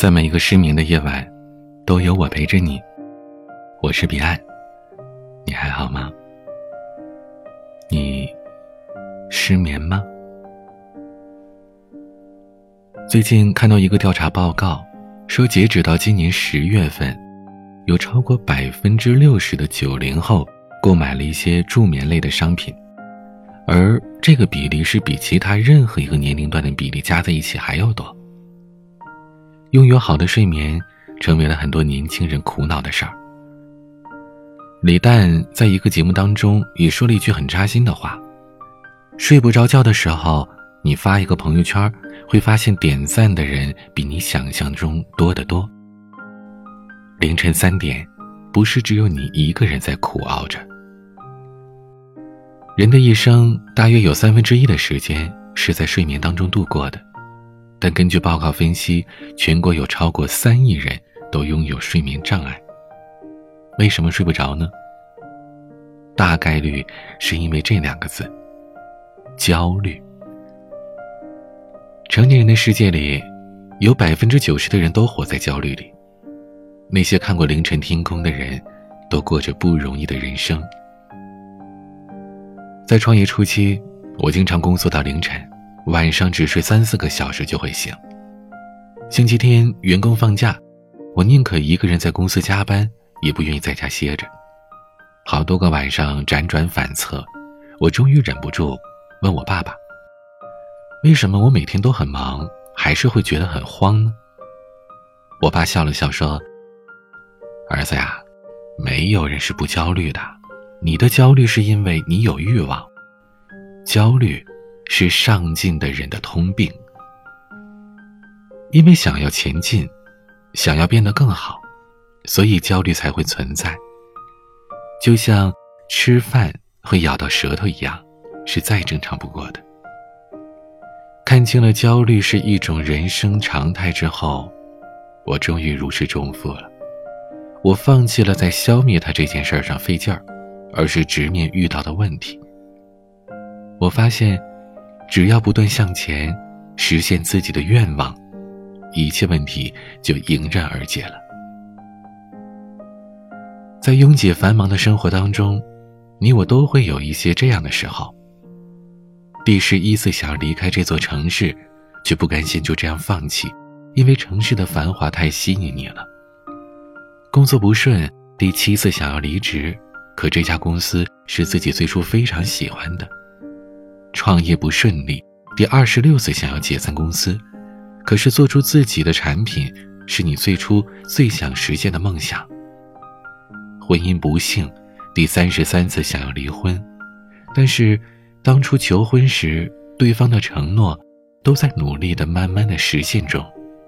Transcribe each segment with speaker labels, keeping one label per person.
Speaker 1: 在每一个失眠的夜晚，都有我陪着你。我是彼岸，你还好吗？你失眠吗？最近看到一个调查报告，说截止到今年10月份，有超过60%的90后购买了一些助眠类的商品，而这个比例是比其他任何一个年龄段的比例加在一起还要多。拥有好的睡眠成为了很多年轻人苦恼的事儿。李诞在一个节目当中也说了一句很扎心的话，睡不着觉的时候，你发一个朋友圈，会发现点赞的人比你想象中多得多。凌晨3点，不是只有你一个人在苦熬着。人的一生大约有1/3的时间是在睡眠当中度过的，但根据报告分析，全国有超过3亿人都拥有睡眠障碍。为什么睡不着呢？大概率是因为这2个字：焦虑。成年人的世界里，有90%的人都活在焦虑里。那些看过凌晨天空的人，都过着不容易的人生。在创业初期，我经常工作到凌晨，晚上只睡3-4个小时就会醒。星期天员工放假，我宁可一个人在公司加班，也不愿意在家歇着。好多个晚上辗转反侧，我终于忍不住问我爸爸，为什么我每天都很忙，还是会觉得很慌呢？我爸笑了笑说，儿子呀，没有人是不焦虑的，你的焦虑是因为你有欲望，焦虑是上进的人的通病。因为想要前进，想要变得更好，所以焦虑才会存在。就像吃饭会咬到舌头一样，是再正常不过的。看清了焦虑是一种人生常态之后，我终于如释重负了。我放弃了在消灭它这件事上费劲儿，而是直面遇到的问题。我发现，只要不断向前，实现自己的愿望，一切问题就迎刃而解了。在拥挤繁忙的生活当中，你我都会有一些这样的时候。第11次想要离开这座城市，却不甘心就这样放弃，因为城市的繁华太吸引你了。工作不顺，第7次想要离职，可这家公司是自己最初非常喜欢的。创业不顺利，第26次想要解散公司，可是做出自己的产品是你最初最想实现的梦想。婚姻不幸，第33次想要离婚，但是当初求婚时对方的承诺都在努力地慢慢地实现中。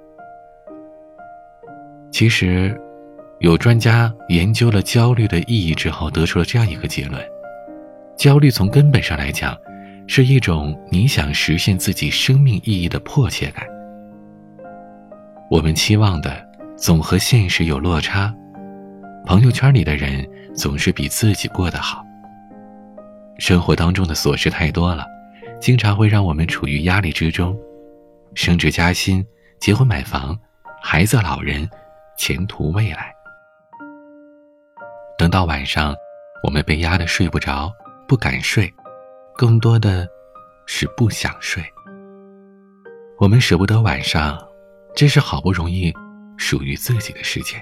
Speaker 1: 其实有专家研究了焦虑的意义之后，得出了这样一个结论：焦虑从根本上来讲是一种你想实现自己生命意义的迫切感。我们期望的总和现实有落差，朋友圈里的人总是比自己过得好。生活当中的琐事太多了，经常会让我们处于压力之中，升职加薪，结婚买房，孩子老人，前途未来。等到晚上，我们被压得睡不着，不敢睡，更多的是不想睡。我们舍不得晚上，这是好不容易属于自己的时间。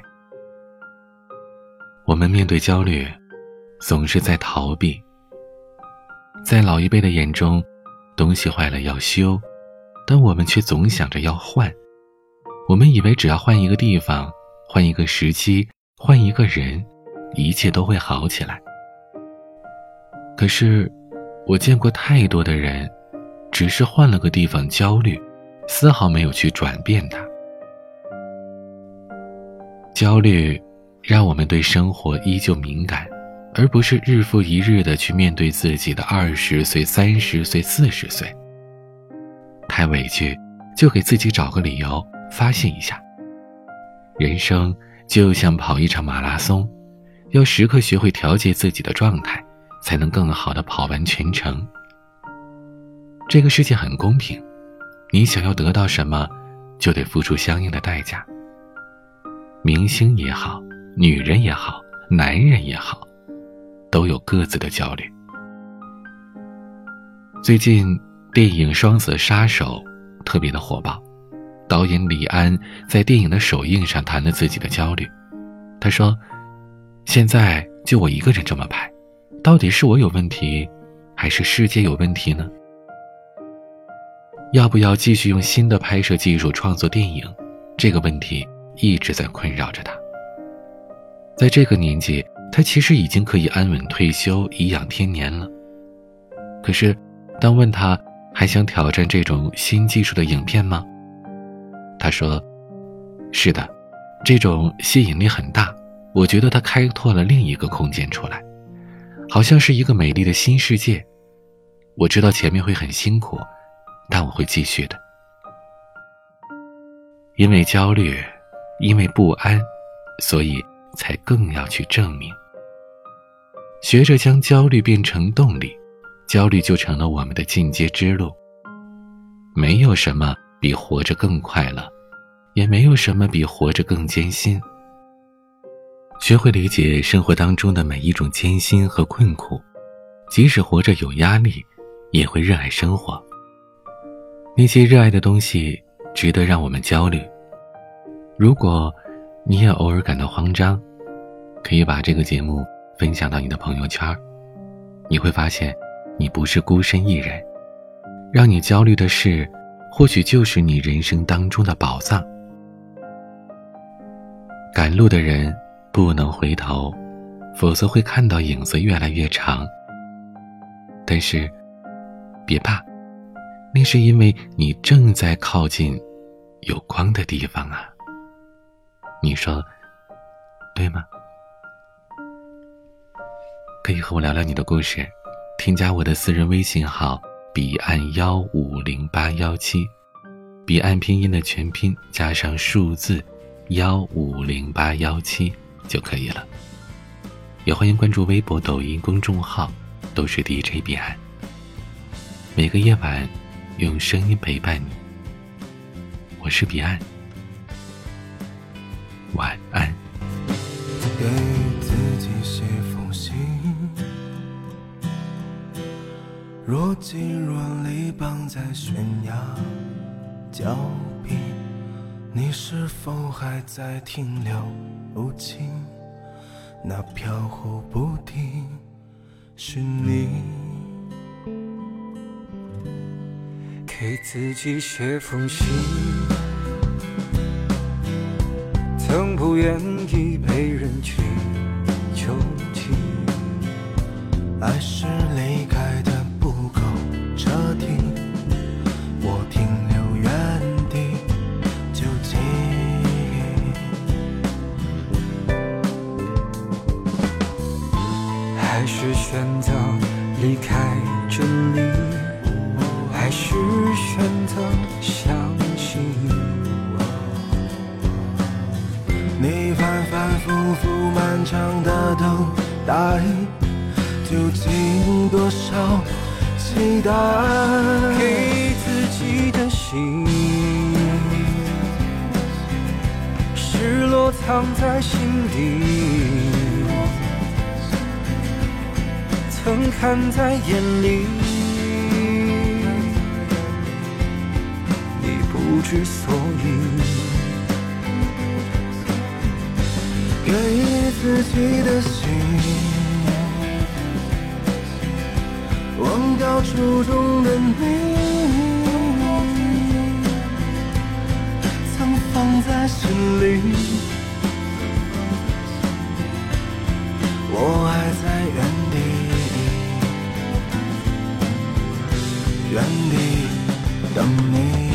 Speaker 1: 我们面对焦虑，总是在逃避。在老一辈的眼中，东西坏了要修，但我们却总想着要换。我们以为只要换一个地方，换一个时机，换一个人，一切都会好起来。可是我见过太多的人，只是换了个地方焦虑，丝毫没有去转变它。焦虑让我们对生活依旧敏感，而不是日复一日地去面对自己的20岁、30岁、40岁。太委屈，就给自己找个理由发泄一下。人生就像跑一场马拉松，要时刻学会调节自己的状态，才能更好地跑完全程。这个世界很公平，你想要得到什么，就得付出相应的代价。 明星也好，女人也好，男人也好，都有各自的焦虑。最近电影《双子杀手》特别的火爆，导演李安在电影的首映上谈了自己的焦虑。他说，现在就我一个人这么拍，到底是我有问题，还是世界有问题呢？要不要继续用新的拍摄技术创作电影，这个问题一直在困扰着他。在这个年纪，他其实已经可以安稳退休，颐养天年了。可是当问他还想挑战这种新技术的影片吗？他说，是的，这种吸引力很大，我觉得它开拓了另一个空间出来，好像是一个美丽的新世界。我知道前面会很辛苦，但我会继续的。因为焦虑，因为不安，所以才更要去证明。学着将焦虑变成动力，焦虑就成了我们的进阶之路。没有什么比活着更快乐，也没有什么比活着更艰辛。学会理解生活当中的每一种艰辛和困苦，即使活着有压力，也会热爱生活。那些热爱的东西值得让我们焦虑。如果你也偶尔感到慌张，可以把这个节目分享到你的朋友圈，你会发现你不是孤身一人，让你焦虑的事或许就是你人生当中的宝藏。赶路的人不能回头，否则会看到影子越来越长。但是别怕，那是因为你正在靠近有光的地方啊。你说对吗？可以和我聊聊你的故事，添加我的私人微信号彼岸1508117，彼岸拼音的全拼加上数字1508117就可以了。也欢迎关注微博、抖音公众号，都是 DJ 彼岸。每个夜晚用声音陪伴你，我是彼岸，晚安。
Speaker 2: 给自己写封信，若即若离绑在悬崖峭壁，你是否还在停留不前？那飘忽不定是你。
Speaker 3: 给自己写封信，曾不愿意被人去囚禁，
Speaker 2: 爱是离开的不够彻底，我停留原地究竟。
Speaker 3: 还是选择离开这里，还是选择相信
Speaker 2: 你反反复复漫长的等待，究竟多少期待？
Speaker 3: 给自己的心，失落藏在心底，曾看在眼里，你不知所以。
Speaker 2: 给自己的心，忘掉初衷的你，曾放在心里，我还在原地等你。